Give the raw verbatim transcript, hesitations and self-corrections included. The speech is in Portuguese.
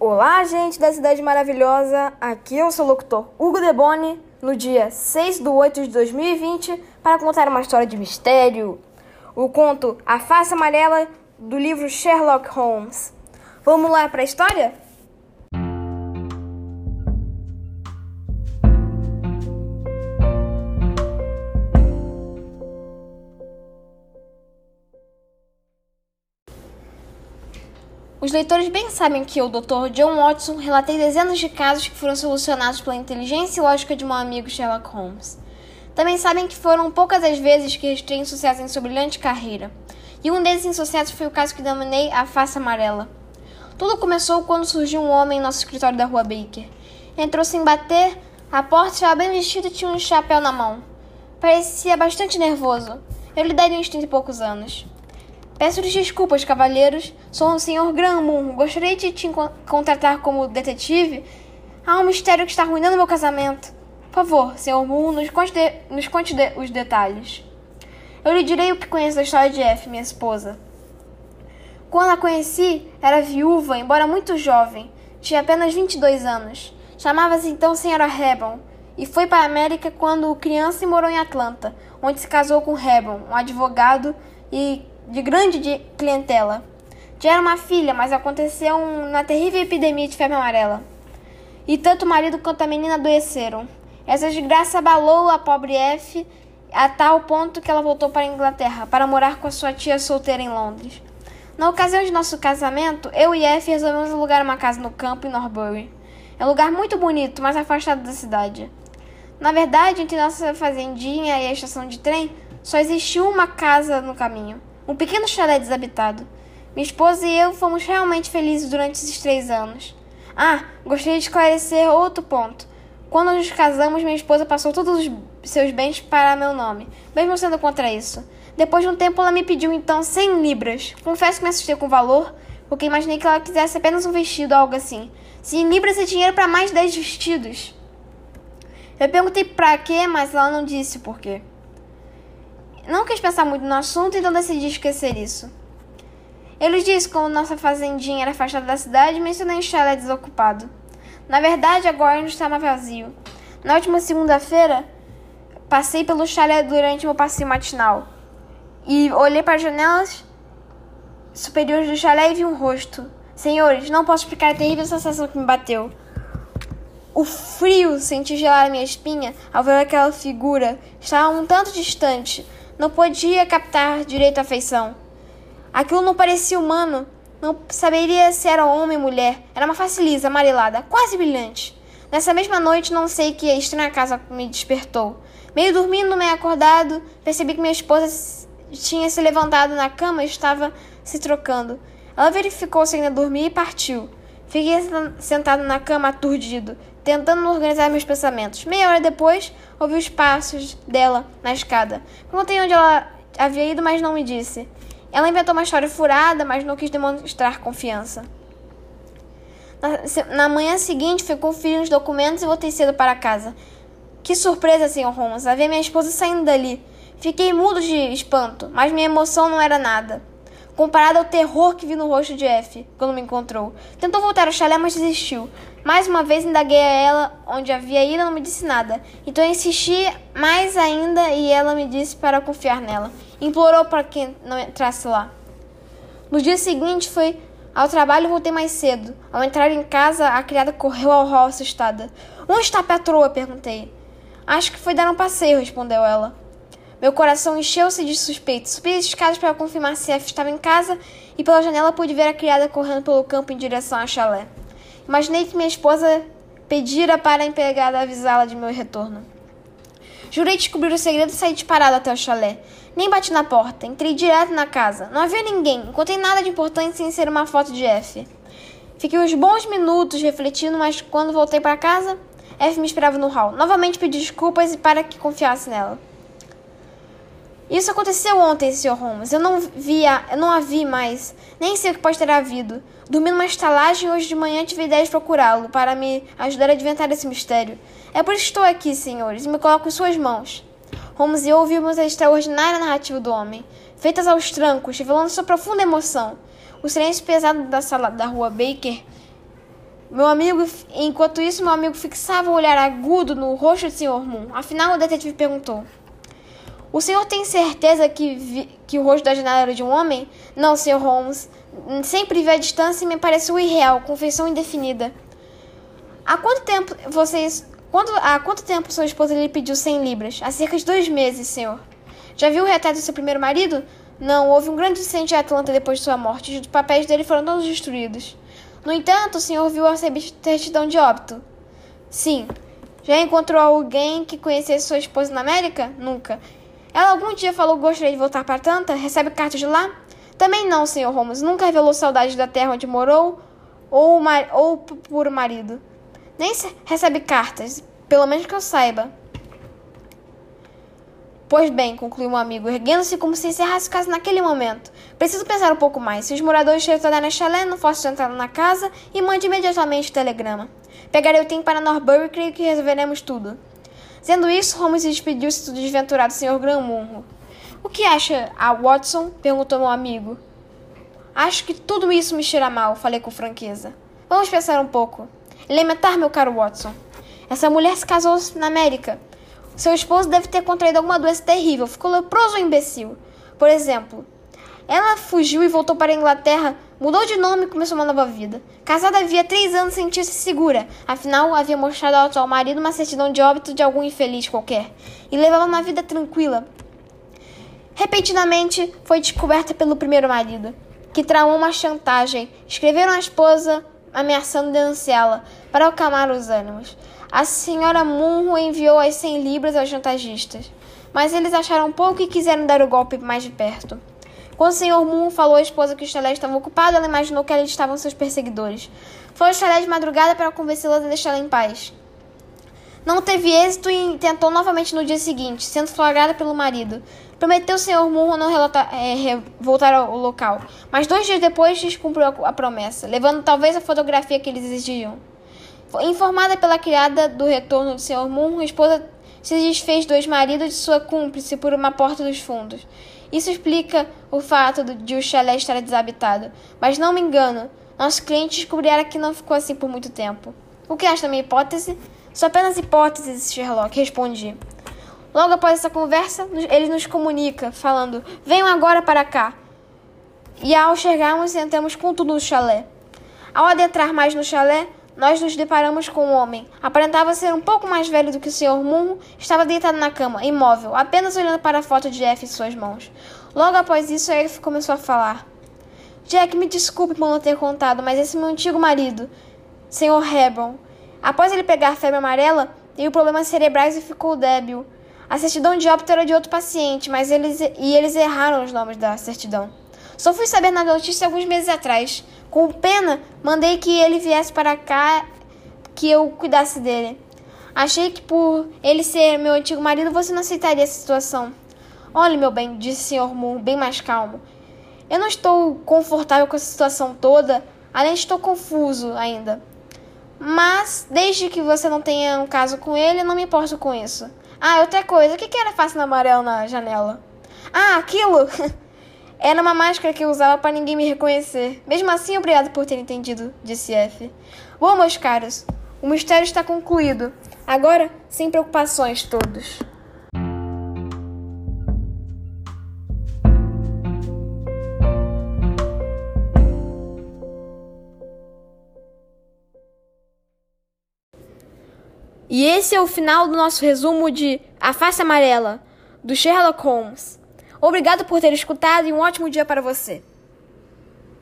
Olá, gente da Cidade Maravilhosa, aqui eu sou o locutor Hugo Deboni, no dia seis de oito de dois mil e vinte, para contar uma história de mistério. O conto A Face Amarela, do livro Sherlock Holmes. Vamos lá para a história? Os leitores bem sabem que o doutor John Watson relatei dezenas de casos que foram solucionados pela inteligência e lógica de meu amigo Sherlock Holmes. Também sabem que foram poucas as vezes que registrei insucesso em sua brilhante carreira. E um desses insucessos foi o caso que denominei A Face Amarela. Tudo começou quando surgiu um homem em nosso escritório da rua Baker. Entrou sem bater, a porta estava bem vestido e tinha um chapéu na mão. Parecia bastante nervoso. Eu lhe daria uns trinta e poucos anos. Peço-lhes desculpas, cavalheiros. Sou o senhor Graham. Gostaria de te contratar como detetive. Há um mistério que está arruinando meu casamento. Por favor, senhor Moon, nos conte, de, nos conte de, os detalhes. Eu lhe direi o que conheço da história de F, minha esposa. Quando a conheci, era viúva, embora muito jovem. Tinha apenas vinte e dois anos. Chamava-se então Senhora Hebron e foi para a América quando criança e morou em Atlanta, onde se casou com Hebron, um advogado e de grande de clientela. Já era uma filha, mas aconteceu uma terrível epidemia de febre amarela. E tanto o marido quanto a menina adoeceram. Essa desgraça abalou a pobre F a tal ponto que ela voltou para a Inglaterra, para morar com a sua tia solteira em Londres. Na ocasião de nosso casamento, eu e F resolvemos alugar uma casa no campo em Norbury. É um lugar muito bonito, mas afastado da cidade. Na verdade, entre nossa fazendinha e a estação de trem, só existia uma casa no caminho. Um pequeno chalé desabitado. Minha esposa e eu fomos realmente felizes durante esses três anos. Ah, gostaria de esclarecer outro ponto. Quando nos casamos, minha esposa passou todos os seus bens para meu nome, mesmo sendo contra isso. Depois de um tempo, ela me pediu então cem libras. Confesso que me assustei com o valor, porque imaginei que ela quisesse apenas um vestido ou algo assim. cem libras é dinheiro para mais de dez vestidos. Eu perguntei para quê, mas ela não disse por quê. Não quis pensar muito no assunto, então decidi esquecer isso. Eu lhes disse como nossa fazendinha era afastada da cidade e mencionei um chalé desocupado. Na verdade, agora não estava vazio. Na última segunda-feira, passei pelo chalé durante meu passeio matinal e olhei para as janelas superiores do chalé e vi um rosto. Senhores, não posso explicar a terrível sensação que me bateu. O frio senti gelar a minha espinha ao ver aquela figura. Estava um tanto distante. Não podia captar direito a feição. Aquilo não parecia humano. Não saberia se era homem ou mulher. Era uma face lisa, amarelada, quase brilhante. Nessa mesma noite, não sei que estranha casa me despertou. Meio dormindo, meio acordado, percebi que minha esposa tinha se levantado na cama e estava se trocando. Ela verificou se ainda dormia e partiu. Fiquei sentado na cama, aturdido, tentando organizar meus pensamentos. Meia hora depois, ouvi os passos dela na escada. Perguntei onde ela havia ido, mas não me disse. Ela inventou uma história furada, mas não quis demonstrar confiança. Na, na manhã seguinte, fui conferir os documentos e voltei cedo para casa. Que surpresa, senhor Holmes, a ver minha esposa saindo dali. Fiquei mudo de espanto, mas minha emoção não era nada comparado ao terror que vi no rosto de F quando me encontrou. Tentou voltar ao chalé, mas desistiu. Mais uma vez indaguei a ela onde havia ido e não me disse nada. Então eu insisti mais ainda e ela me disse para confiar nela. Implorou para que não entrasse lá. No dia seguinte fui ao trabalho e voltei mais cedo. Ao entrar em casa, a criada correu ao hall assustada. Onde está a patroa? Perguntei. Acho que foi dar um passeio, respondeu ela. Meu coração encheu-se de suspeitas. Subi as escadas para confirmar se F estava em casa e pela janela pude ver a criada correndo pelo campo em direção ao chalé. Imaginei que minha esposa pedira para a empregada avisá-la de meu retorno. Jurei descobrir o segredo e saí disparado até o chalé. Nem bati na porta. Entrei direto na casa. Não havia ninguém. Não encontrei nada de importante sem ser uma foto de F. Fiquei uns bons minutos refletindo, mas quando voltei para casa, F me esperava no hall. Novamente pedi desculpas e para que confiasse nela. Isso aconteceu ontem, senhor Holmes. Eu não via, eu não a vi mais. Nem sei o que pode ter havido. Dormi numa estalagem e hoje de manhã tive a ideia de procurá-lo para me ajudar a adventar esse mistério. É por isso que estou aqui, senhores, e me coloco em suas mãos. Holmes e eu ouvimos a extraordinária narrativa do homem, feitas aos trancos, revelando sua profunda emoção. O silêncio pesado da sala da rua Baker Meu amigo, enquanto isso, meu amigo fixava o olhar agudo no rosto do senhor Moon. Afinal, o detetive perguntou: o senhor tem certeza que, vi, que o rosto da janela era de um homem? Não, senhor Holmes. Sempre vi a distância e me pareceu irreal, com feição indefinida. Há quanto tempo vocês... Quando, há quanto tempo sua esposa lhe pediu cem libras? Há cerca de dois meses, senhor. Já viu o retrato do seu primeiro marido? Não, houve um grande incêndio em Atlanta depois de sua morte. Os papéis dele foram todos destruídos. No entanto, o senhor viu a certidão de óbito? Sim. Já encontrou alguém que conhecesse sua esposa na América? Nunca. Ela algum dia falou que gostaria de voltar para Atlanta? Recebe cartas de lá? Também não, senhor Holmes. Nunca revelou saudades da terra onde morou ou, mar... ou por marido. Nem recebe cartas, pelo menos que eu saiba. Pois bem, concluiu um amigo, erguendo-se como se encerrasse o caso naquele momento. Preciso pensar um pouco mais. Se os moradores retornarem a chalé, não posso entrar na casa e mande imediatamente o telegrama. Pegarei o tempo para Norbury e creio que resolveremos tudo. Dizendo isso, Holmes se despediu-se do desventurado senhor Granmurro. O que acha, a Watson? Perguntou meu amigo. Acho que tudo isso me cheira mal, falei com franqueza. Vamos pensar um pouco. Elementar, meu caro Watson. Essa mulher se casou na América. Seu esposo deve ter contraído alguma doença terrível. Ficou leproso ou imbecil. Por exemplo, ela fugiu e voltou para a Inglaterra, mudou de nome e começou uma nova vida. Casada havia três anos, sentia-se segura. Afinal, havia mostrado ao atual marido uma certidão de óbito de algum infeliz qualquer. E levava uma vida tranquila. Repentinamente, foi descoberta pelo primeiro marido, que tramou uma chantagem. Escreveram à esposa, ameaçando denunciá-la, para acalmar os ânimos. A senhora Munro enviou as cem libras aos chantagistas, mas eles acharam pouco e quiseram dar o golpe mais de perto. Quando o senhor Munro falou à esposa que o chalé estava ocupado, ela imaginou que ali estavam seus perseguidores. Foi ao chalé de madrugada para convencê-la a deixá-la em paz. Não teve êxito e tentou novamente no dia seguinte, sendo flagrada pelo marido. Prometeu ao senhor Munro não relatar, é, voltar ao local, mas dois dias depois descumpriu a, a promessa, levando talvez a fotografia que eles exigiam. Informada pela criada do retorno do senhor Munro, a esposa se desfez do ex-marido de sua cúmplice por uma porta dos fundos. Isso explica o fato de o chalé estar desabitado. Mas não me engano, nosso cliente descobrirá que não ficou assim por muito tempo. O que acha da minha hipótese? São apenas hipóteses, Sherlock, respondi. Logo após essa conversa, ele nos comunica, falando: venham agora para cá. E ao chegarmos, entramos com tudo no chalé. Ao adentrar mais no chalé, nós nos deparamos com um homem. Aparentava ser um pouco mais velho do que o senhor Munro. Estava deitado na cama, imóvel, apenas olhando para a foto de F em suas mãos. Logo após isso, ele começou a falar. Jack, me desculpe por não ter contado, mas esse é meu antigo marido, senhor Hebron. Após ele pegar febre amarela, teve problemas cerebrais e ficou débil. A certidão de óbito era de outro paciente, mas eles, e eles erraram os nomes da certidão. Só fui saber na notícia alguns meses atrás. Com pena, mandei que ele viesse para cá, que eu cuidasse dele. Achei que por ele ser meu antigo marido, você não aceitaria essa situação. Olhe, meu bem, disse o senhor Moore, bem mais calmo. Eu não estou confortável com essa situação toda, além de estou confuso ainda. Mas, desde que você não tenha um caso com ele, eu não me importo com isso. Ah, outra coisa, o que que era fácil amarelo na janela? Ah, aquilo... Era uma máscara que eu usava para ninguém me reconhecer. Mesmo assim, obrigado por ter entendido, disse F. Bom, meus caros, o mistério está concluído. Agora, sem preocupações todos. E esse é o final do nosso resumo de A Face Amarela, do Sherlock Holmes. Obrigado por ter escutado e um ótimo dia para você.